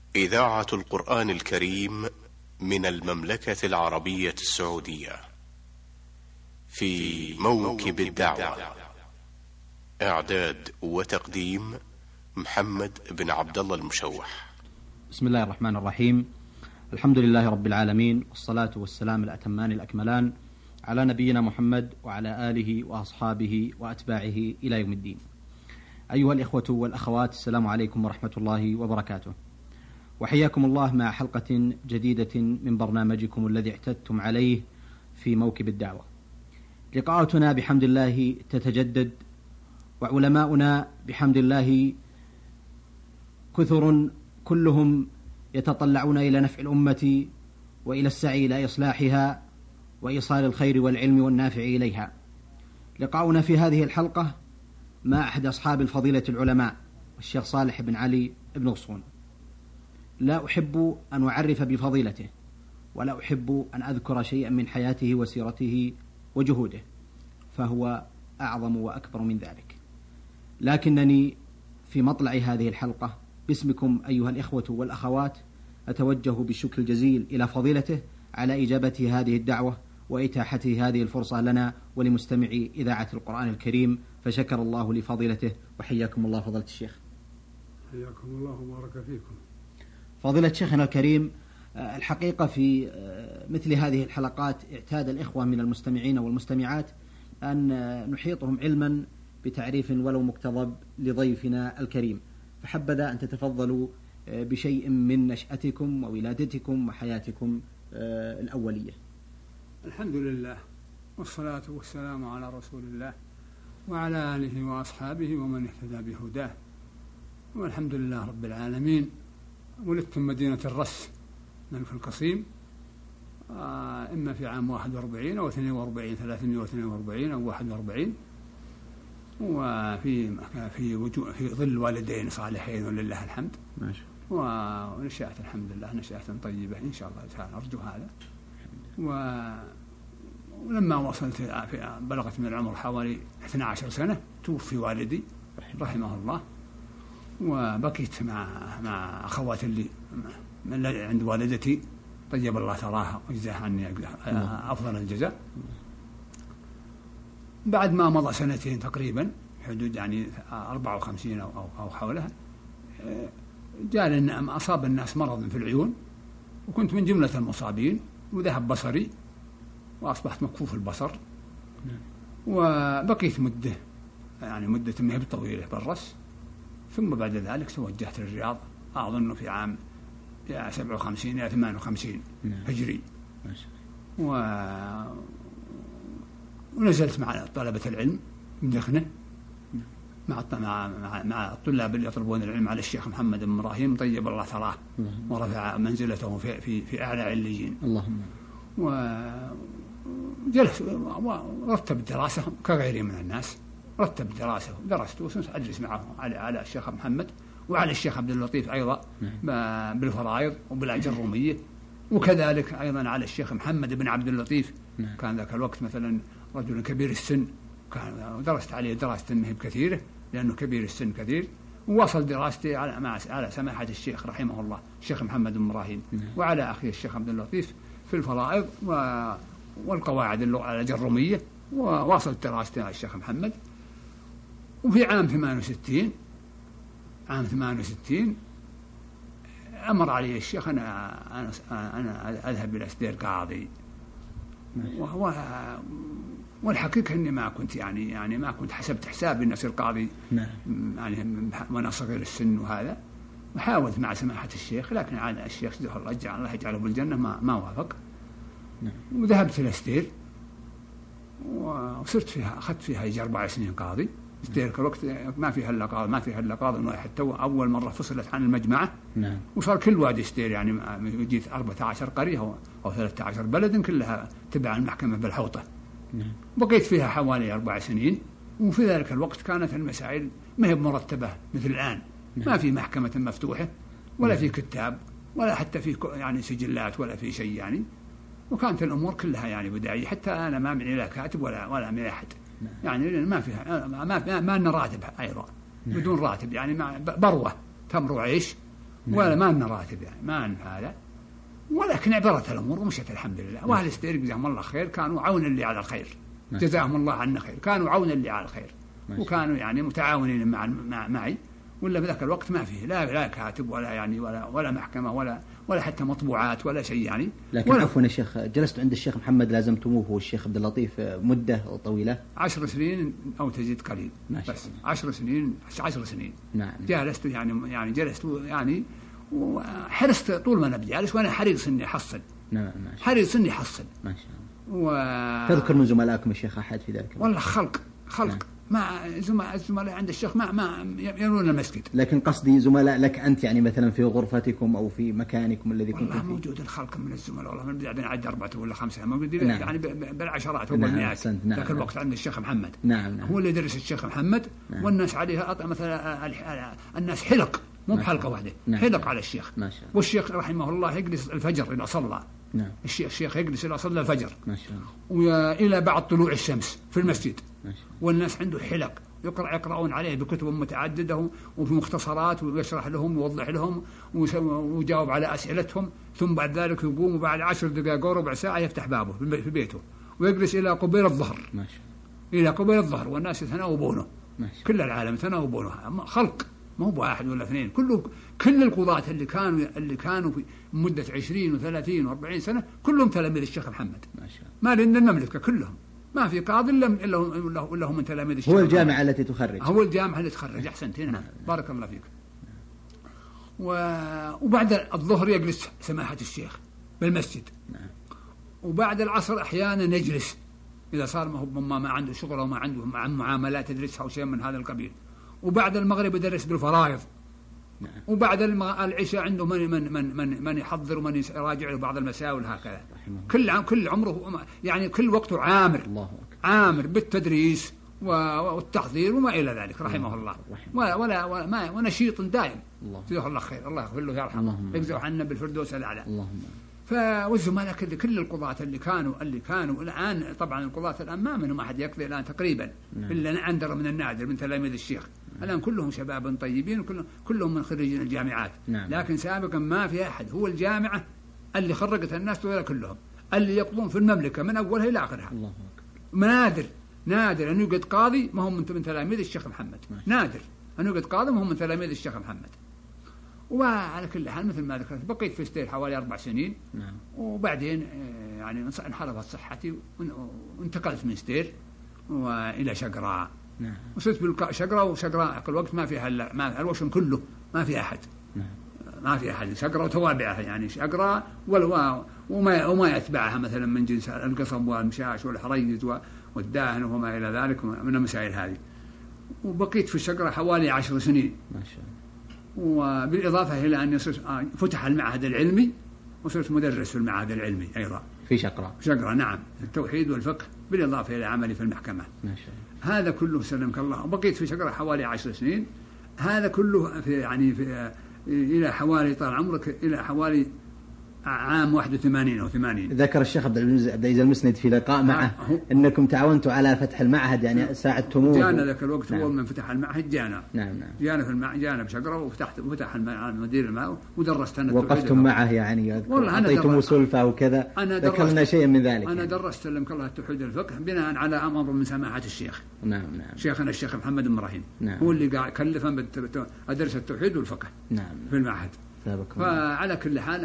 إذاعة القرآن الكريم من المملكة العربية السعودية في موكب الدعوة. إعداد وتقديم محمد بن عبد الله المشوح. بسم الله الرحمن الرحيم. الحمد لله رب العالمين، والصلاة والسلام الأتمان الأكملان على نبينا محمد وعلى آله وأصحابه وأتباعه إلى يوم الدين. أيها الإخوة والأخوات، السلام عليكم ورحمة الله وبركاته، وحياكم الله مع حلقة جديدة من برنامجكم الذي اعتدتم عليه في موكب الدعوة. لقاءاتنا بحمد الله تتجدد، وعلماؤنا بحمد الله كثر، كلهم يتطلعون إلى نفع الأمة وإلى السعي إلى إصلاحها وإيصال الخير والعلم والنافع إليها. لقاؤنا في هذه الحلقة مع أحد أصحاب الفضيلة العلماء، الشيخ صالح بن علي بن غصون. لا أحب أن أعرف بفضيلته، ولا أحب أن أذكر شيئا من حياته وسيرته وجهوده، فهو أعظم وأكبر من ذلك. لكنني في مطلع هذه الحلقة باسمكم أيها الإخوة والأخوات أتوجه بالشكر الجزيل إلى فضيلته على إجابته هذه الدعوة وإتاحته هذه الفرصة لنا ولمستمعي إذاعة القرآن الكريم، فشكر الله لفضيلته، وحياكم الله فضيلة الشيخ. حياكم الله وبارك فيكم. فضيلة شيخنا الكريم، الحقيقة في مثل هذه الحلقات اعتاد الإخوة من المستمعين والمستمعات أن نحيطهم علما بتعريف ولو مقتضب لضيفنا الكريم، فحبذا أن تتفضلوا بشيء من نشأتكم وولادتكم وحياتكم الأولية. الحمد لله، والصلاة والسلام على رسول الله وعلى آله وأصحابه ومن اهتدى بهداه، والحمد لله رب العالمين. ولدت مدينة الرس من في القصيم، إما في عام 41 أو 42 342 أو 41، في ظل والدين صالحين ولله الحمد. ونشأت الحمد لله نشأة طيبة إن شاء الله تعالى، أرجو هذا. ولما وصلت بلغت من العمر حوالي 12 سنة توفي والدي رحمه الله، وبقيت مع أخوات اللي عند والدتي طيب الله ثراها وجزاها عني أفضل الجزاء. بعد ما مضى سنتين تقريبا، حدود يعني 54 أو حولها، أصاب الناس مرض في العيون، وكنت من جملة المصابين، وذهب بصري وأصبحت مكفوف البصر. وبقيت مدة ما هي طويلة بالرس، ثم بعد ذلك توجهت للرياض، أظن في عام 57 إلى 58 هجري، ونزلت مع طلبة العلم من دخنة مع الطلاب اللي يطلبون العلم على الشيخ محمد بن إبراهيم طيب الله ثراه، ورفع منزلته في أعلى عليين. اللهم. وجلست ورتب الدراسة كغيري من الناس، رتب الدراسة ودرست وأجلس معه على الشيخ محمد وعلى الشيخ عبد اللطيف أيضا بالفرائض وبالأجرومية، وكذلك أيضا على الشيخ محمد بن عبد اللطيف. كان ذاك الوقت مثلا رجل كبير السن، ودرست عليه دراسة مهب كثيرة لأنه كبير السن كثير. ووصل دراستي على سماحة الشيخ رحمه الله الشيخ محمد بن إبراهيم، وعلى أخي الشيخ عبد اللطيف في الفرائض والقواعد الأجرومية، وواصلت دراستي على الشيخ محمد. وفي عام 68 أمر علي الشيخ أنا أذهب إلى أصير قاضي. والحقيقة أني ما كنت يعني ما كنت حسبت حسابي أن أصير قاضي، يعني وأنا صغير السن وهذا. وحاولت مع سماحة الشيخ، لكن على الشيخ الله يجعله بالجنة ما وافق. وذهبت إلى أستير وصرت فيها، أخذت فيها يجي 4 سنين قاضي. أستير كالوقت ما فيها إلا قاضي واحد، تو أول مرة فصلت عن المجمعة. وصار كل وادي أستير يعني جيت 14 قرية أو 13 بلد كلها تبع المحكمة بالحوطة. بقيت فيها حوالي 4 سنين. وفي ذلك الوقت كانت المسائل ما هي مرتبة مثل الآن، ما في محكمة مفتوحة ولا في كتاب ولا حتى في يعني سجلات ولا في شيء يعني. وكانت الأمور كلها يعني بدائية، حتى أنا ما معي لا كاتب ولا من أحد، يعني ما فيها ما لنا راتب أيضا، بدون راتب يعني بروة تمر وعيش. ولا ما لنا راتب يعني ما لنا هذا، ولكن عبرت الأمور ومشت الحمد لله. وأهل الستير جزاهم الله خير كانوا عونا لي على الخير، جزاهم الله عنا خير، كانوا عونا لي على الخير وكانوا يعني متعاونين معي. ولا بذاك الوقت ما فيه لا كاتب ولا يعني ولا محكمة ولا حتى مطبوعات ولا شيء يعني. لكن عفوا يا شيخ، جلست عند الشيخ محمد لازمتموه هو الشيخ عبد اللطيف مدة طويلة؟ 10 سنين أو تزيد قليل بس 10 سنين. نعم. جلست يعني وحرصت طول ما نبي جالس وأنا حريص إني أحصل. نعم. حريص إني أحصل. ما شاء الله. تذكر من زملائكم يا شيخ أحد في ذلك؟ والله خلق. نعم. مع الزملاء عند الشيخ ما يمرون المسجد. لكن قصدي زملاء لك أنت يعني مثلا في غرفتكم أو في مكانكم الذي كنت فيه. والله موجود الخلق من الزملاء، والله من بعدين عد 4 ولا 5 موجودين. نعم. يعني بالعشرات والمئات. نعم. ذاك الوقت عند الشيخ محمد. نعم. هو اللي يدرس الشيخ محمد. نعم. والناس عليها مثلا الناس حلق مو بحلقة واحدة. نعم. حلق على الشيخ. ما شاء الله. والشيخ رحمه الله يجلس الفجر إذا صلى. نعم. الشيخ يجلس إلى صلى الفجر. ما شاء الله. وإلى بعد طلوع الشمس في المسجد. ما شاء الله. والناس عنده حلق يقرؤون عليه بكتب متعددة وفي مختصرات، ويشرح لهم ويوضح لهم ويجاوب على أسئلتهم. ثم بعد ذلك يقوم وبعد 10 دقائق أو ربع ساعة يفتح بابه في بيته ويجلس إلى قبيل الظهر. ما شاء الله. إلى قبيل الظهر والناس يتناوبونه. كل العالم يتناوبونه، خلق ما هو واحد ولا اثنين. كل القضاة اللي كانوا في مدة 20 و30 و40 سنة كلهم تلاميذ الشيخ محمد. ما شاء الله. ما لأن المملكة كلهم ما في قاضي إلا هم من تلاميذ الشيخ. هو الجامعة التي تخرج. هو الجامعة اللي تخرج. أحسنت. نعم. بارك الله فيك. وبعد الظهر يجلس سماحة الشيخ بالمسجد. نعم. وبعد العصر أحيانا نجلس إذا صار ما عنده شغل أو ما عنده معاملات يدرسها أو شيء من هذا القبيل. وبعد المغرب يدرس بالفرائض. نعم. وبعد العشاء عنده من يحضر ومن يراجع له بعض المسائل هكذا. كل عمره يعني كل وقته عامر. الله أكبر. عامر بالتدريس والتحضير وما إلى ذلك رحمه الله. ولا ونشيط دائم. جزاه الله خير. الله يغفر له ويرحمه يجزاه عنا بالفردوس الأعلى. اللهم. والزملاء كل القضاة اللي كانوا الآن طبعا القضاة الآن ما منهم أحد يقضي الآن تقريبا. نعم. إلا عندنا من النادر من تلاميذ الشيخ. نعم. الآن كلهم شباب طيبين كلهم من خريجين الجامعات. نعم. لكن سابقا ما في أحد. هو الجامعة اللي خرجت الناس كلهم اللي يقضون في المملكة من أولها إلى آخرها. الله أكبر. نادر أن يوجد قاضي ما هم من تلاميذ الشيخ محمد. نادر أن يوجد قاضي ما هم من تلاميذ الشيخ محمد. وعلى كل حال مثل ما ذكرت بقيت في ستير حوالي 4 سنين. نعم. وبعدين يعني انحرفت صحتي وانتقلت من ستير وإلى شقراء. نعم. وصرت شقراء الوقت ما فيها الوشم كله ما في أحد. نعم. ما في أحد. شقراء وتوابعها يعني شقراء وما يتبعها مثلا من جنس القصب والمشاش والحريز والداهن وما إلى ذلك من المسائل هذه. وبقيت في شقراء حوالي 10 سنين. ما شاء الله. وبالإضافة إلى أن فتح المعهد العلمي وصرت مدرس في المعهد العلمي أيضا في شقراء. نعم. التوحيد والفقه بالإضافة إلى عملي في المحكمة. ما شاء الله. هذا كله سلمك الله. وبقيت في شقراء حوالي 10 سنين. هذا كله في إلى حوالي طال عمرك إلى حوالي عام 81 أو 80. ذكر الشيخ عبد العزيز المسند في لقاء معه أنكم تعاونتوا على فتح المعهد يعني ساعدتموه. جانا ذاك الوقت. نعم. هو من فتح المعهد جانا. نعم. جانا في المعهد جانا بشقرة وفتح مدير الماء ودرست أنا. وقفتم معه يعني أعطيتم سلفة وكذا. ذكرنا شيئا من ذلك. أنا درست لك الله التوحيد الفقه بناء على أمر من سماحة الشيخ. نعم. شيخنا الشيخ محمد إبراهيم. نعم. هو اللي كلفنا أدرس التوحيد والفقه. نعم. في المعهد. فعلى كل حال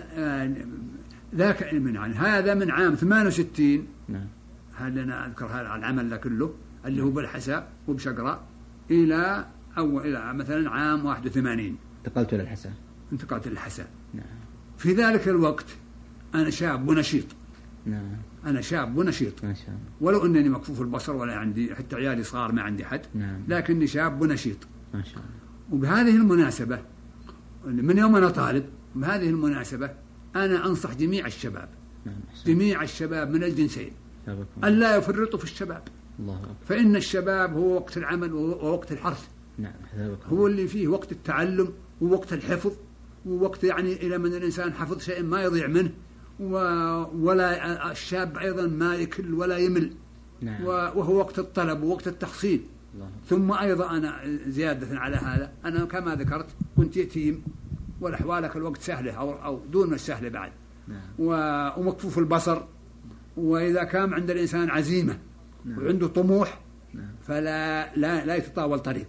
ذاك من هذا من عام 68. نعم. هذا أنا أذكر هذا العمل ذا كله اللي هو بالحساء وبشقراء إلى مثلا عام 81 انتقلت للحساء. نعم. في ذلك الوقت أنا شاب ونشيط. نعم. أنا شاب ونشيط. ما شاء الله. ولو أنني مكفوف البصر ولا عندي حتى عيالي صغار ما عندي حد. نعم. لكني شاب ونشيط. ما شاء الله. وبهذه المناسبة من يوم أنا طالب بهذه المناسبة أنا أنصح جميع الشباب. نعم. جميع الشباب من الجنسين أن لا يفرطوا في الشباب. الله أكبر. فإن الشباب هو وقت العمل ووقت الحرث. نعم. هو اللي فيه وقت التعلم ووقت الحفظ ووقت يعني إلى من الإنسان حفظ شيء ما يضيع منه ولا الشاب أيضا ما يكل ولا يمل. نعم. وهو وقت الطلب ووقت التحصيل. الله. ثم أيضا أنا زيادة على هذا أنا كما ذكرت كنت يتيم والأحوالك الوقت سهلة أو دون السهلة بعد. نعم. ومكفوف البصر. وإذا كان عند الإنسان عزيمة وعنده طموح فلا يتطاول طريق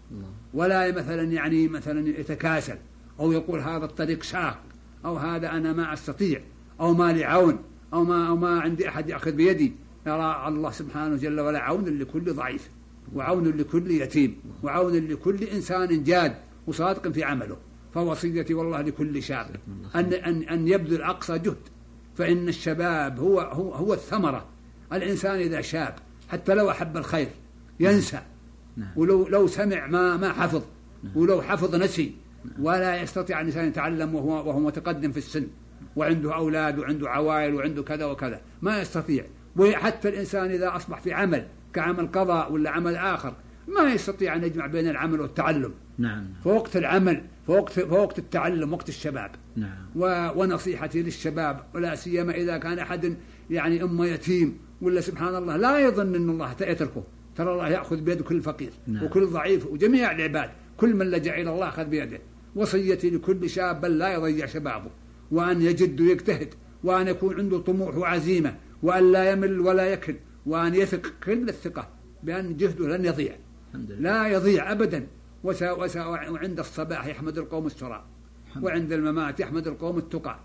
ولا مثلا يتكاسل أو يقول هذا الطريق شاق أو هذا أنا ما أستطيع أو ما لي عون أو ما عندي أحد يأخذ بيدي. يرى الله سبحانه جل وعلا عون لكل ضعيف وعون لكل يتيم وعون لكل إنسان جاد وصادق في عمله. فوصيتي والله لكل شاب أن يبذل أقصى جهد، فإن الشباب هو الثمرة. الإنسان إذا شاب حتى لو أحب الخير ينسى، ولو سمع ما حفظ، ولو حفظ نسي، ولا يستطيع الإنسان يتعلم وهو متقدم في السن وعنده أولاد وعنده عوائل وعنده كذا وكذا، ما يستطيع. وحتى الإنسان إذا أصبح في عمل كعمل قضاء ولا عمل آخر ما يستطيع أن يجمع بين العمل والتعلم. نعم. فوقت العمل فوقت التعلم وقت الشباب. نعم. ونصيحتي للشباب ولا سيما إذا كان أحد أم يتيم ولا سبحان الله لا يظن أن الله يتركه، ترى الله يأخذ بيد كل فقير. نعم. وكل ضعيف وجميع العباد، كل من لجأ إلى الله أخذ بيده. وصيتي لكل شاب لا يضيع شبابه، وأن يجد ويجتهد، وأن يكون عنده طموح وعزيمة، وأن لا يمل ولا يكل، وأن يثق كل الثقة بأن جهده لن يضيع، لا يضيع أبدا. وعند الصباح يحمد القوم السراء، وعند الممات يحمد القوم التقى.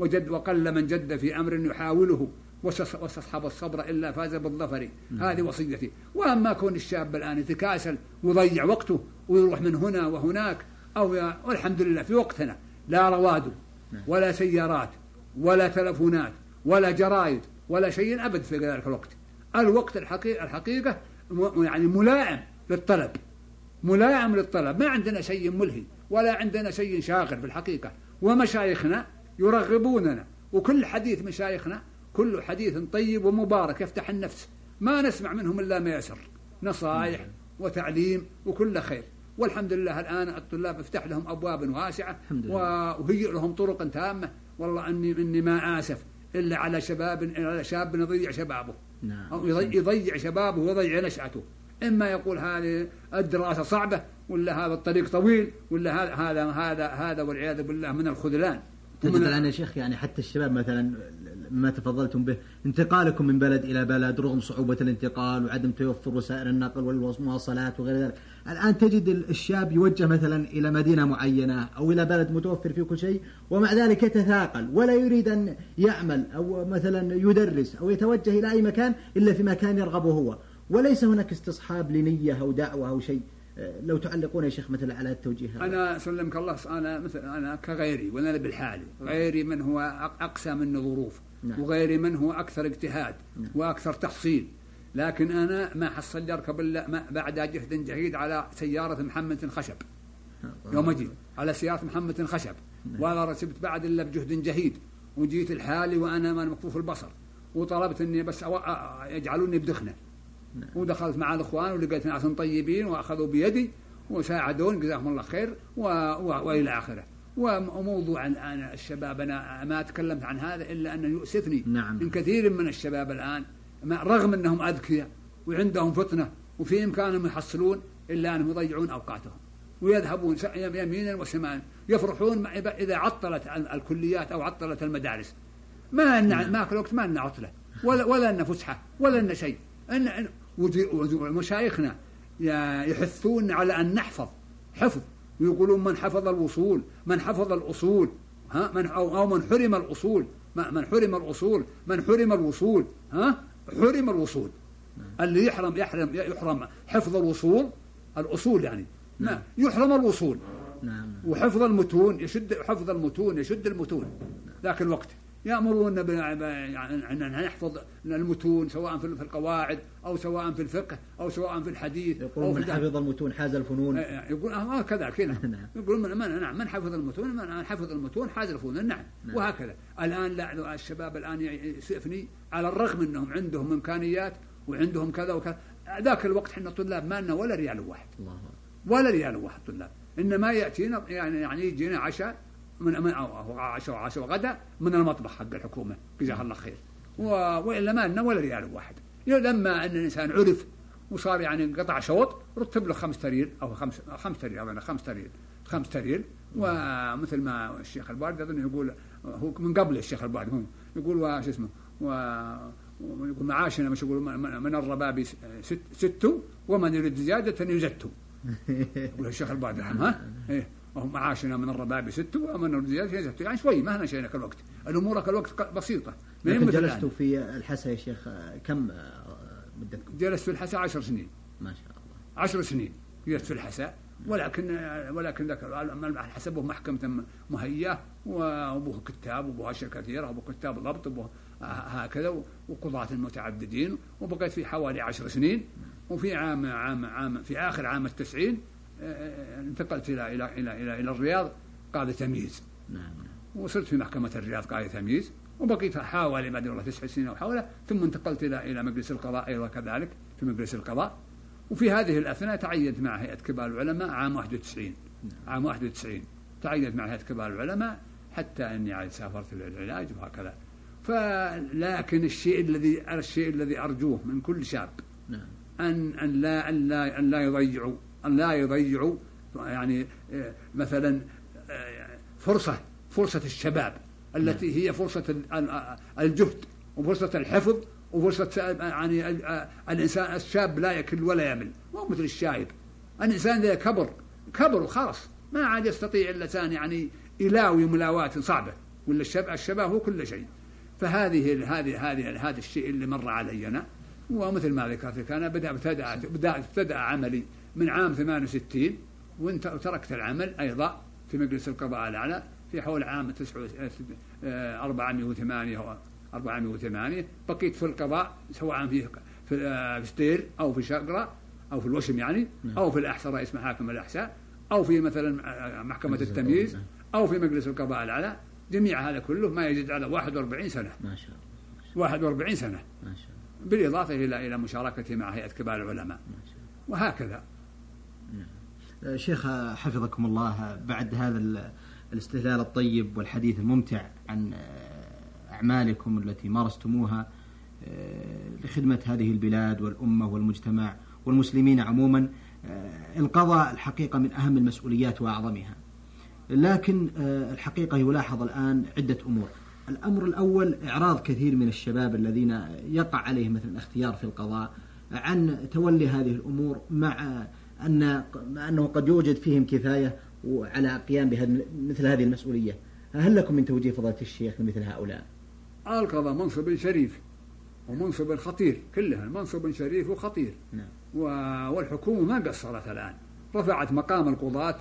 وقل من جد في أمر يحاوله واستصحب الصبر إلا فاز بالظفر. هذه وصيتي. وأما كون الشاب الآن يتكاسل ويضيع وقته ويروح من هنا وهناك والحمد لله في وقتنا لا رواد ولا سيارات ولا تلفونات ولا جرائد ولا شيء أبد في ذلك الوقت. الوقت الحقيقة ملائم للطلب، ملائم للطلب. ما عندنا شيء ملهي ولا عندنا شيء شاغل في الحقيقة. ومشايخنا يرغبوننا، وكل حديث مشايخنا كل حديث طيب ومبارك يفتح النفس، ما نسمع منهم إلا ما يسر، نصائح وتعليم وكل خير. والحمد لله الآن الطلاب افتح لهم أبواب واسعة وهيئ لهم طرق تامة. والله إني ما آسف إلا على شاب يضيع شبابه، أو يضيع شبابه ويضيع نشأته. إما يقول هذه الدراسة صعبة، ولا هذا الطريق طويل، ولا هذا والعياذ بالله من الخذلان. تجد الآن يا شيخ حتى الشباب مثلا ما تفضلتم به، انتقالكم من بلد إلى بلد رغم صعوبة الانتقال وعدم توفر وسائل النقل والمواصلات وغير ذلك، الآن تجد الشاب يوجه مثلا إلى مدينة معينة أو إلى بلد متوفر فيه كل شيء، ومع ذلك يتثاقل ولا يريد أن يعمل أو مثلا يدرس أو يتوجه إلى أي مكان إلا في مكان يرغبه هو، وليس هناك استصحاب لنية أو دعوة أو شيء. لو تعلقون يا شيخ مثلا على التوجيه هذا. أنا سلمك الله، أنا كغيري وأنا بالحالي، غيري من هو أقسى مني ظروف، وغيري من هو أكثر اجتهاد وأكثر تحصيل، لكن أنا ما حصل يركب إلا بعد جهد جهيد على سيارة محمد خشب. يوم أجي على سيارة محمد خشب ولا رسبت بعد إلا بجهد جهيد، وجيت الحالي وأنا مكفوف البصر، وطلبت إني بس يجعلوني بدخنة. ودخلت مع الأخوان ولقيت ناس طيبين وأخذوا بيدي وساعدون جزاهم الله خير وإلى آخره. وموضوع عن الشباب أنا ما تكلمت عن هذا إلا أنه يؤسفني من كثير من الشباب الآن، رغم أنهم أذكياء وعندهم فتنة وفي إمكانهم يحصلون، إلا أنهم يضيعون أوقاتهم ويذهبون يمينا وشمالا، يفرحون إذا عطلت الكليات أو عطلت المدارس. ما كل وقت ما لنا عطلة ولا لنا فسحة ولا لنا شيء. ومشايخنا يحثون على أن نحفظ ويقولون من حفظ الوصول، من حفظ الأصول، أو من حرم الأصول، من حرم الوصول، حرم الوصول. اللي يحرم حفظ الأصول يحرم الوصول. وحفظ الحفظ المتون يشد المتون. ذاك الوقت يأمرون أن نحفظ المتون سواء في القواعد أو سواء في الفقه أو سواء في الحديث. يقولون من حفظ المتون حاز الفنون. يقول كذا يقولون من حفظ المتون حاز الفنون. نعم. وهكذا الآن لا الشباب الآن يسئفني على الرغم أنهم عندهم إمكانيات وعندهم كذا وكذا. ذاك الوقت حنا طلاب ما لنا ولا ريال واحد، ولا ريال واحد طلاب، إنما يأتينا يعني يجينا عشاء من عشاء وغدا من المطبخ حق الحكومة جزاه الله خير. وإلا ما لنا ولا ريال واحد. لما أن الإنسان عرف وصار قطع شوط رتب له 5 ريال أو 5 ريال 5 ريال. ومثل ما الشيخ الباردي أظن يقول، هو من قبل الشيخ الباردي يقول وش اسمه ويقول معاشنا مش يقول من الرباب 6 ومن يريد زيادة يزت. يقول الشيخ الباردي إيه وهم معاشنا من الرباب 6 ومن يريد زيادة يزت. يعني شوي ما هنا شيء ك الوقت، الأمور ك الوقت بسيطة. جلستوا في الحسا يا شيخ كم مدتكم؟ جلست في الحسا 10 سنين. ما شاء الله 10 سنين جلست في الحسا. ولكن ذاك حسبه محكمة مهيئة، وأبوه كتاب وأبوه أشياء كثيرة، وأبوه كتاب ضبط وأبوه هكذا، وقضاة المتعددين. وبقيت في حوالي 10 سنين. وفي عام في آخر عام 90 انتقلت إلى الرياض قاضي تمييز. وصرت في محكمة الرياض قاضي تمييز، وبقيت حوالي بعد والله 9 سنين أو حوله. ثم انتقلت إلى مجلس القضاء أيضا كذلك في مجلس القضاء. وفي هذه الأثناء تعينت مع هيئة كبار العلماء عام 91. عام 91 تعينت مع هيئة كبار العلماء حتى أني عاد سافرت للعلاج وهكذا. لكن الشيء الذي أرجوه من كل شاب أن لا يضيعوا يعني مثلا فرصة الشباب التي هي فرصة الجهد وفرصة الحفظ وفرصة يعني الإنسان الشاب لا يكل ولا يمل. مو مثل الشايب، الإنسان إذا كبر وخلاص ما عاد يستطيع اللسان يعني يلاوي ملاوات صعبة، ولا الشباب هو كل شيء. هذا الشيء اللي مر علينا. ومثل ما ذكرت أنا ابتدأ عملي من عام 68، وانت تركت العمل أيضا في مجلس القضاء الأعلى في حول عام 408 بقيت في القضاء سواء في ستير أو في شقرة أو في الوشم يعني، أو في الأحساء رئيس محاكم الأحساء، أو في مثلا محكمة التمييز، أو في مجلس القضاء الأعلى. جميع هذا كله ما يزيد على 41 سنة. ما شاء الله 41 سنة ما شاء الله، بالإضافة إلى مشاركتي مع هيئة كبار العلماء وهكذا. شيخ حفظكم الله، بعد هذا الاستهلال الطيب والحديث الممتع عن أعمالكم التي مارستموها لخدمة هذه البلاد والأمة والمجتمع والمسلمين عموما، القضاء الحقيقة من أهم المسؤوليات وأعظمها. لكن الحقيقة يلاحظ الآن عدة أمور. الأمر الأول إعراض كثير من الشباب الذين يقع عليهم مثل الاختيار في القضاء عن تولي هذه الأمور، مع أنه قد يوجد فيهم كفاية على قيام مثل هذه المسؤولية. هل لكم من توجيه فضيلة الشيخ لمثل هؤلاء؟ القضاء منصب شريف ومنصب خطير، كلها منصب شريف وخطير. والحكومة ما قصرت الآن، رفعت مقام القضاة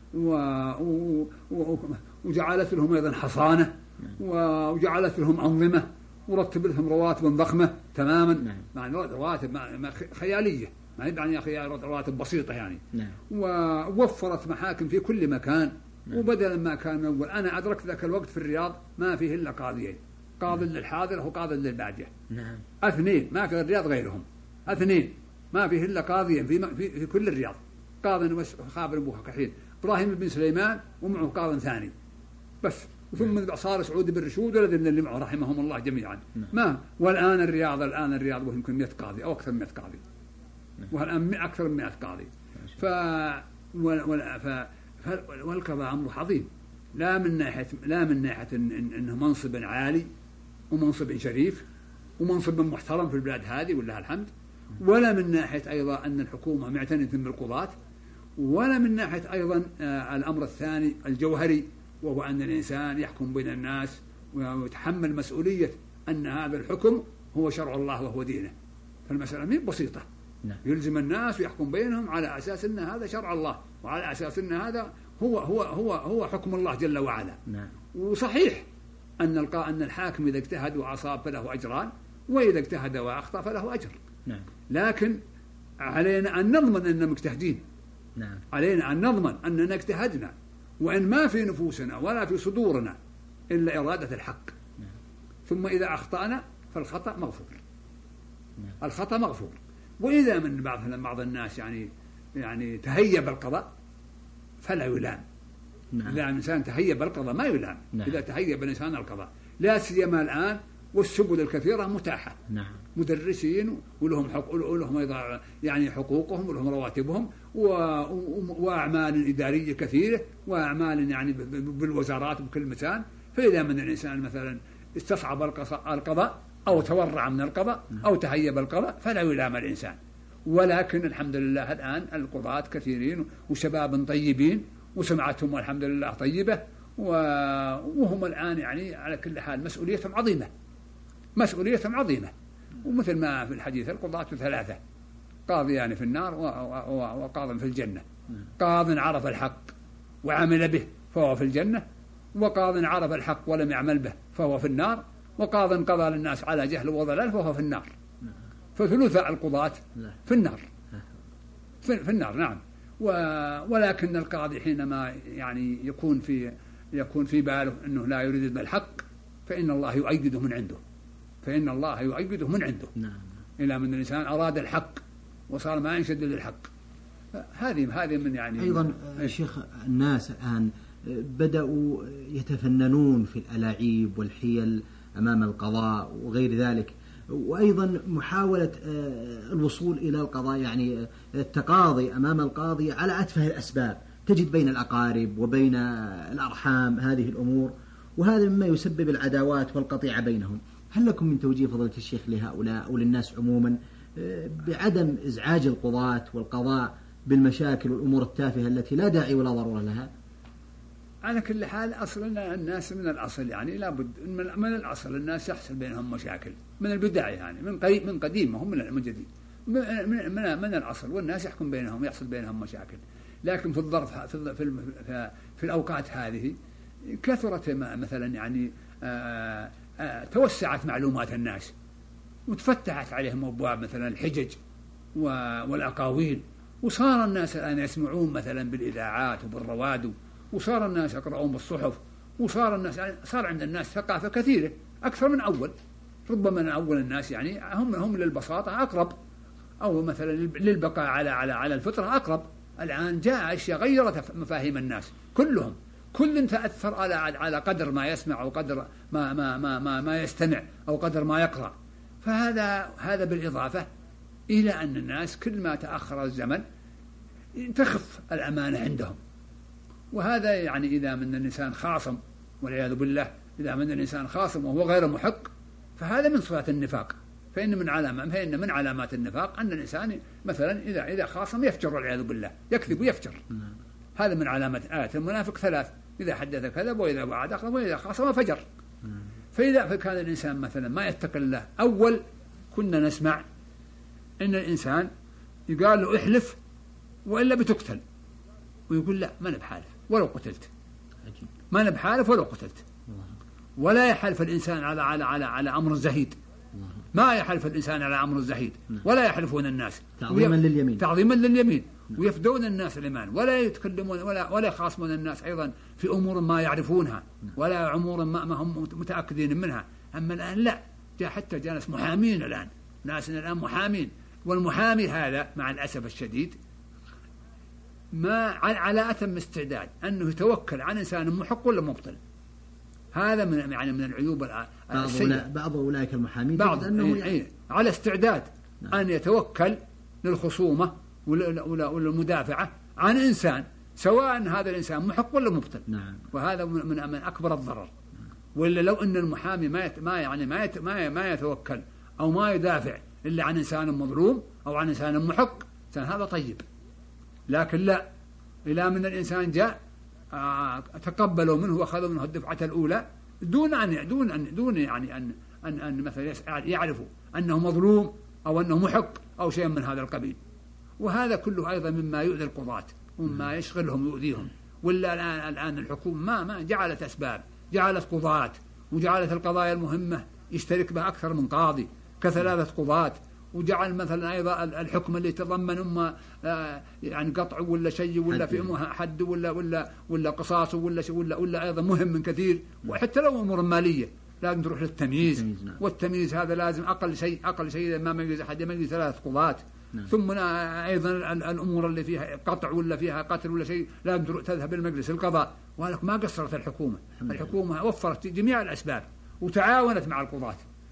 وجعلت لهم أيضا حصانة، وجعلت لهم أنظمة، ورتب لهم رواتب ضخمة تماما. مع رواتب خيالية، ما يعني رواتب بسيطة يعني. ووفرت محاكم في كل مكان. وبدلا ما كان من أول، أنا أدركت ذاك الوقت في الرياض ما فيه إلا قاضيين، قاضي للحاضر وقاضي للبادية. 2 ما في الرياض غيرهم، 2 ما فيه إلا قاضيين في كل الرياض، قاضي خابر أبوها كحيل إبراهيم بن سليمان ومعه قاضي ثاني بس. ثم صار سعود بن رشود والذين اللي معه رحمهم الله جميعا. ما والآن الرياض ويمكن 100 قاضي أو أكثر من 100 قاضي، والآن أكثر من 100 قاضي. والقضاء أمر عظيم، لا من ناحية إنه منصب عالي ومنصب شريف ومنصب محترم في البلاد هذه ولله الحمد، ولا من ناحية أيضا أن الحكومة معتنية بالقضاة، ولا من ناحية أيضا الأمر الثاني الجوهري، وهو أن الإنسان يحكم بين الناس ويتحمل مسؤولية أن هذا الحكم هو شرع الله وهو دينه. فالمسألة مين بسيطة، يلزم الناس ويحكم بينهم على أساس أن هذا شرع الله، وعلى أساس أن هذا هو حكم الله جل وعلا. وصحيح أن الحاكم إذا اجتهد وأصاب فله أجران، وإذا اجتهد وأخطأ فله أجر. لكن علينا أن نضمن أننا مجتهدين. علينا أن نضمن أننا اجتهدنا، وإن ما في نفوسنا ولا في صدورنا إلا إرادة الحق. ثم إذا أخطأنا فالخطأ مغفور. الخطأ مغفور. وإذا من بعض الناس يعني تهيب القضاء فلا يلام. إذا الإنسان تهيب القضاء ما يلام. إذا تهيب الإنسان القضاء، لا سيما الآن والسبل الكثيرة متاحة. نعم. مدرسين ولهم ولهم أيضا يعني حقوقهم ولهم رواتبهم وأعمال إدارية كثيرة وأعمال يعني بالوزارات بكل مكان. فإذا من الإنسان مثلا استصعب القضاء أو تورع من القضاء أو تهيب القضاء فلا يلام الإنسان. ولكن الحمد لله الآن القضاة كثيرين وشباب طيبين وسمعتهم الحمد لله طيبة وهم الآن يعني على كل حال مسؤوليتهم عظيمة. ومثل ما في الحديث القضاة 3 قاضيان في النار وقاض في الجنة. قاض عرف الحق وعمل به فهو في الجنة، وقاض عرف الحق ولم يعمل به فهو في النار، وقاض قضى للناس على جهل وضلال فهو في النار. فثلثاء القضاة في النار في النار. نعم. ولكن القاضي حينما يعني يكون في باله أنه لا يريد بالحق فإن الله يؤيده من عنده. نعم. إلى من الإنسان أراد الحق وصار ما ينشد للحق. هذه من يعني أيضا شيخ الناس الآن بدأوا يتفننون في الألاعيب والحيل أمام القضاء وغير ذلك، وأيضا محاولة الوصول إلى القضاء يعني التقاضي أمام القاضي على أتفه الأسباب. تجد بين الأقارب وبين الأرحام هذه الأمور، وهذا مما يسبب العداوات والقطيعة بينهم. هل لكم من توجيه فضيلة الشيخ لهؤلاء أو للناس عموما بعدم إزعاج القضاة والقضاء بالمشاكل والأمور التافهة التي لا داعي ولا ضرورة لها؟ على كل حال أصلنا الناس من الأصل يعني لابد من الأصل الناس يحصل بينهم مشاكل من البداية يعني من قديم هم من جديد من الأصل، والناس يحكم بينهم يحصل بينهم مشاكل. لكن في الظرف في الأوقات هذه كثرت مثلا يعني توسعت معلومات الناس وتفتحت عليهم أبواب مثلا الحجج والأقاويل، وصار الناس الآن يسمعون مثلا بالإذاعات وبالرواد، وصار الناس يقرؤون بالصحف، وصار الناس يعني صار عند الناس ثقافة كثيرة أكثر من أول. ربما من أول الناس يعني هم للبساطة أقرب، أو مثلا للبقاء على الفطرة أقرب. الآن جاء أشياء غيرت مفاهيم الناس كل تأثر على قدر ما يسمع أو قدر ما يستمع أو قدر ما يقرأ. فهذا بالإضافة إلى أن الناس كل ما تأخر الزمن تخف الأمانة عندهم. وهذا يعني إذا من الإنسان خاصم والعياذ بالله، إذا من الإنسان خاصم وهو غير محق فهذا من صفات النفاق. فإن من علامات النفاق أن الإنسان مثلا إذا خاصم يفجر والعياذ بالله، يكذب ويفجر. هذا من علامات آيات المنافق 3: إذا حدث كذب وإذا وعد أخلف وإذا خاصم فجر. فإذا كان الإنسان مثلا ما يتقي الله، أول كنا نسمع إن الإنسان يقال له احلف وإلا بتقتل، ويقول لا ما نبحالف ولو قتلت، ما نبحالف ولو قتلت. ولا يحلف الإنسان على أمر زهيد، ما يحلف الإنسان على أمر الزهيد، ولا يحلفون الناس تعظيما لليمين ويفدون الناس الإيمان، ولا يتكلمون ولا يخاصمون الناس أيضا في أمور ما يعرفونها ولا أمور ما هم متأكدين منها. أما الآن لا، حتى جاء ناس محامين ناس الآن محامين، والمحامي هذا مع الأسف الشديد ما على أتم استعداد أنه يتوكل عن إنسان محق ولا مبطل. هذا من العيوب السيئة. بعض أولئك المحامين على استعداد أن يتوكل للخصومة والمدافعة عن إنسان سواء هذا الإنسان محق ولا مبطل. وهذا من أكبر الضرر. ولا لو أن المحامي ما يتوكل أو ما يدافع إلا عن إنسان مظلوم أو عن إنسان محق، هذا طيب. لكن لا، إلى من الإنسان جاء تقبلوا منه وأخذوا منه الدفعة الأولى دون أن مثلا يعرفوا أنه مظلوم أو أنه محق أو شيء من هذا القبيل. وهذا كله أيضا مما يؤذي القضاة ومما يشغلهم ويؤذيهم. ولا الآن الحكومة ما جعلت أسباب، جعلت قضاة وجعلت القضايا المهمة يشترك بها أكثر من قاضي ك3 قضاة، وجعل مثلا أيضا الحكم اللي يتضمن يعني قطع ولا شيء ولا في أمها حد ولا قصاص ولا أيضا مهم من كثير. وحتى لو أمور مالية لازم تروح للتمييز. والتمييز هذا لازم أقل شيء ما يجوز أحد يميز 3 قضاة. ثم أيضا الأمور اللي فيها قطع ولا فيها قتل ولا شيء لازم تذهب المجلس القضاء. وهذا ما قصرت الحكومة وفرت جميع الأسباب وتعاونت مع القضاة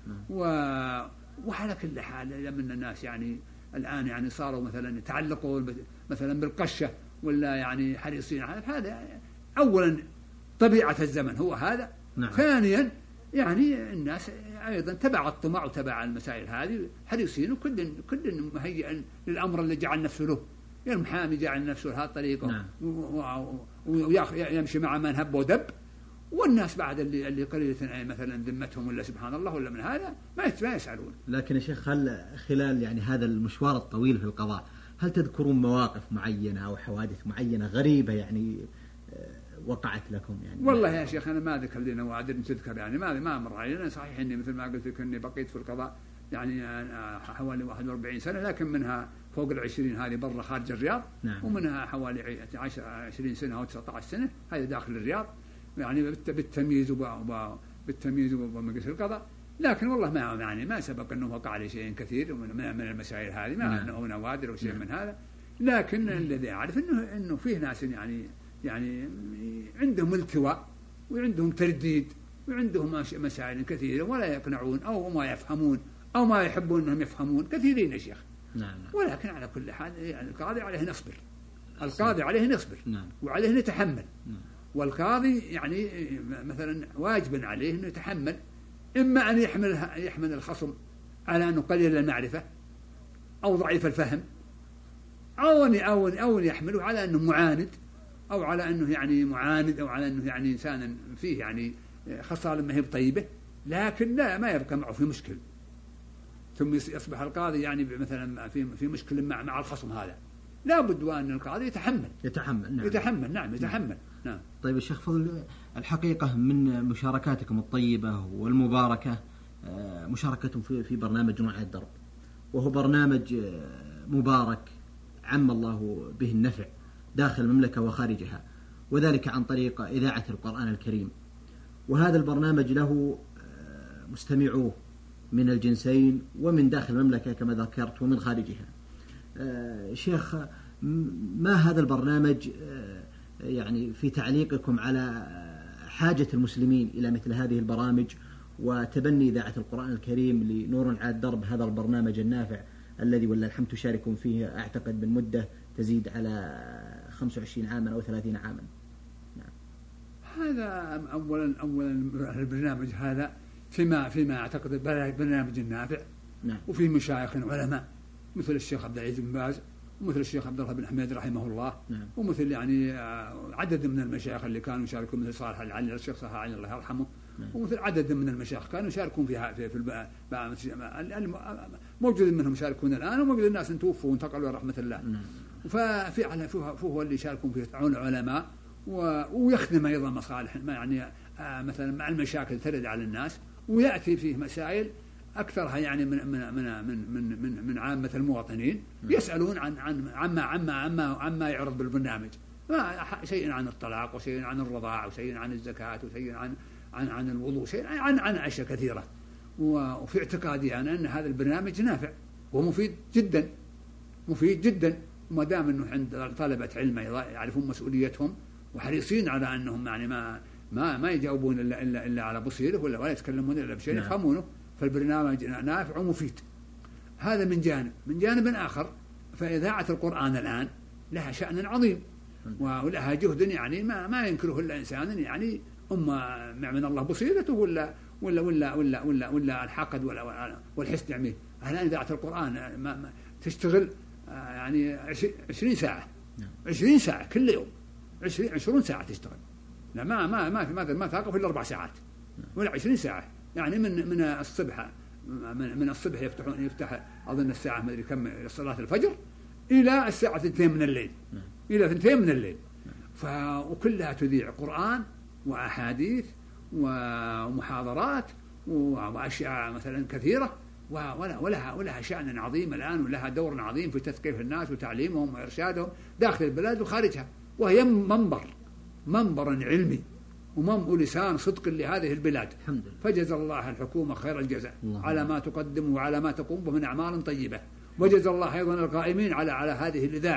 وعلى كل حال من الناس يعني الآن يعني صاروا مثلا يتعلقوا مثلا بالقشة ولا يعني حريصين على هذا. أولا طبيعة الزمن هو هذا. نعم. ثانيا يعني الناس أيضا تبع الطمع وتبع المسائل هذه حريصين، وكل مهيئا للأمر اللي جعل نفسه له. يعني المحامي جعل نفسه لهذه الطريقة. نعم. ويمشي مع من هب ودب، والناس بعد اللي قليلة مثلا ذمتهم ولا سبحان الله ولا من هذا ما يسألون. لكن يا شيخ، هل خلال يعني هذا المشوار الطويل في القضاء هل تذكرون مواقف معينة أو حوادث معينة غريبة يعني وقعت لكم يعني؟ والله يا شيخ أنا ما ذكر لي نوادر تذكر يعني ما مر علينا. صحيح إني مثل ما قلت لك إني بقيت في القضاء يعني حوالي 41 سنة، لكن منها فوق 20 هذه برا خارج الرياض. نعم. ومنها حوالي 20 سنة أو 19 سنة هذه داخل الرياض، يعني بالتمييز ومجلس القضاء. لكن والله ما سبق أنه وقع لي شيء كثير من المسائل هذه، ما أنه نوادر أو شيء من هذا. لكن الذي أعرف إنه فيه ناس يعني عندهم التواء وعندهم ترديد وعندهم مسائل كثيرة ولا يقنعون أو ما يفهمون أو ما يحبون أنهم يفهمون، كثيرين يا شيخ. نعم. ولكن على كل حال يعني القاضي عليه نصبر. القاضي عليه نصبر. نعم. وعليه نتحمل. نعم. والقاضي يعني مثلا واجب عليه أنه يتحمل، إما أن يحمل الخصم على أنه قليل المعرفة أو ضعيف الفهم، أو يحمله على أنه معاند، أو على أنه يعني معاند، أو على أنه يعني إنسان فيه يعني خصال ما هي طيبة، لكن لا ما يبقى معه في مشكل، ثم يصبح القاضي يعني مثلا في مشكل مع الخصم هذا. لا بد وأن القاضي يتحمل. نعم. نعم. طيب الشيخ فضل، الحقيقة من مشاركاتكم الطيبة والمباركة مشاركتهم في برنامج نوع الدرب، وهو برنامج مبارك عم الله به النفع داخل المملكة وخارجها، وذلك عن طريق إذاعة القرآن الكريم. وهذا البرنامج له مستمعوه من الجنسين ومن داخل المملكة كما ذكرت ومن خارجها. شيخ، ما هذا البرنامج يعني في تعليقكم على حاجة المسلمين إلى مثل هذه البرامج وتبني إذاعة القرآن الكريم لنور على الدرب، هذا البرنامج النافع الذي ولا الحمد تشاركون فيه أعتقد من مدة تزيد على 25 عاما أو 30 عاما؟ نعم. هذا أولا البرنامج هذا فيما أعتقد برنامج نافع. نعم. وفيه مشايخ علماء مثل الشيخ عبد العزيز بن باز ومثل الشيخ عبد الله بن حميد رحمه الله. نعم. ومثل يعني عدد من المشايخ اللي كانوا يشاركون مثل صالح العلي، الشيخ صالح العلي الله يرحمه. نعم. ومثل عدد من المشايخ كانوا يشاركون في موجود منهم يشاركون الآن، وموجود الناس توفوا وانتقلوا رحمة الله. نعم. فهو اللي يشاركون فيه علماء ويخدم أيضا مصالح يعني مثلا مع المشاكل ترد على الناس، ويأتي فيه مسائل أكثرها يعني من عامة المواطنين يسألون عما يعرض بالبرنامج، شيء عن الطلاق وشيء عن الرضاع وشيء عن الزكاة وشيء عن الوضوء، شيء عن أشياء كثيرة. وفي اعتقادي أنا أن هذا البرنامج نافع ومفيد جدا، وما دام أنه عند طلبة علم يعرفون مسؤوليتهم وحريصين على أنهم يعني ما يجاوبون إلا على بصيره ولا يتكلمون إلا بشيء يفهمونه، فالبرنامج نافع ومفيد. هذا من جانب. من جانب آخر فإذاعة القرآن الآن لها شأن عظيم ولها جهد يعني ما ينكره إلا إنسان يعني من الله بصيرته ولا الحقد والحسد يعميه. الآن إذاعة القرآن تشتغل يعني 20 ساعة 20 ساعة كل يوم 20 ساعة تشتغل، لا ما تقف إلا 4 ساعات ولا 20 ساعة يعني من الصبح يفتح أظن الساعة ما أدري كم صلاة الفجر إلى الساعة 2 من الليل إلى 2 من الليل. وكلها تذيع قرآن وأحاديث ومحاضرات وأشياء مثلا كثيرة، ولها شأن عظيم الآن، ولها دور عظيم في تثقيف الناس وتعليمهم وإرشادهم داخل البلاد وخارجها، وهي منبر علمي ولسان صدق لهذه البلاد. فجزا الله الحكومة خير الجزاء على ما تقدم وعلى ما تقوم به من أعمال طيبة، وجزا الله أيضا القائمين على هذه الإذاعة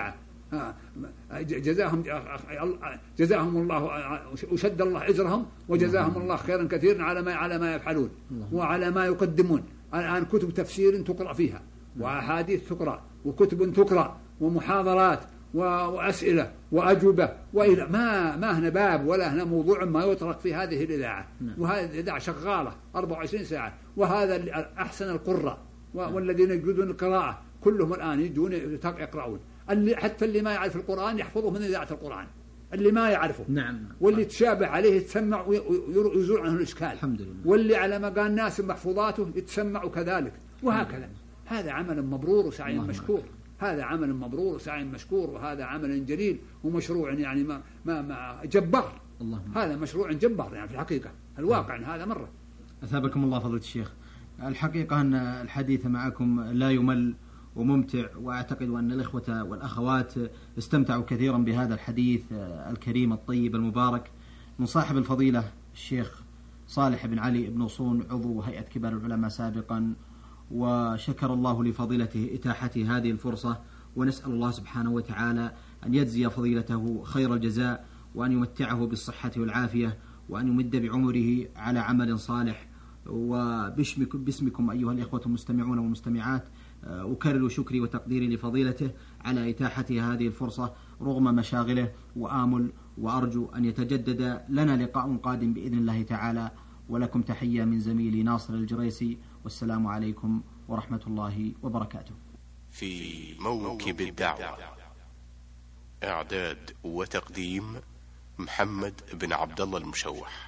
جزاهم الله وشد الله أجرهم وجزاهم الله خيرا كثيرا على ما يفعلون وعلى ما يقدمون. الآن كتب تفسير تقرأ فيها وأحاديث تقرأ وكتب تقرأ ومحاضرات وأسئلة وأجوبة، وإلى ما هنا باب ولا هنا موضوع ما يطرق في هذه الإذاعة. وهذه الإذاعة شغالة 24 ساعة، وهذا أحسن القراء والذين يجودون القراءة كلهم الآن يجون يقرؤون. حتى اللي ما يعرف القرآن يحفظه من إذاعة القرآن، اللي ما يعرفه. نعم. واللي تشابه عليه يتسمع ويزول عنه الإشكال. الحمد لله. واللي على ما قال ناس محفوظاته يتسمع كذلك، وهكذا. هذا عمل مبرور وسعي مشكور. هذا عمل مبرور وسعي مشكور، وهذا عمل جليل ومشروع يعني ما جبار. هذا مشروع جبار يعني في الحقيقة الواقع. هذا مرة. أثابكم الله فضيلة الشيخ. الحقيقة أن الحديث معكم لا يمل وممتع، وأعتقد أن الإخوة والأخوات استمتعوا كثيرا بهذا الحديث الكريم الطيب المبارك من صاحب الفضيلة الشيخ صالح بن علي بن صون عضو هيئة كبار العلماء سابقا. وشكر الله لفضيلته إتاحة هذه الفرصة، ونسأل الله سبحانه وتعالى أن يجزي فضيلته خير الجزاء، وأن يمتعه بالصحة والعافية، وأن يمد بعمره على عمل صالح. وباسمكم أيها الإخوة المستمعون والمستمعات أكرر شكري وتقديري لفضيلته على إتاحة هذه الفرصة رغم مشاغله، وآمل وأرجو أن يتجدد لنا لقاء قادم بإذن الله تعالى. ولكم تحية من زميلي ناصر الجريسي، والسلام عليكم ورحمة الله وبركاته. في موكب الدعوة، إعداد وتقديم محمد بن عبد الله المشوح.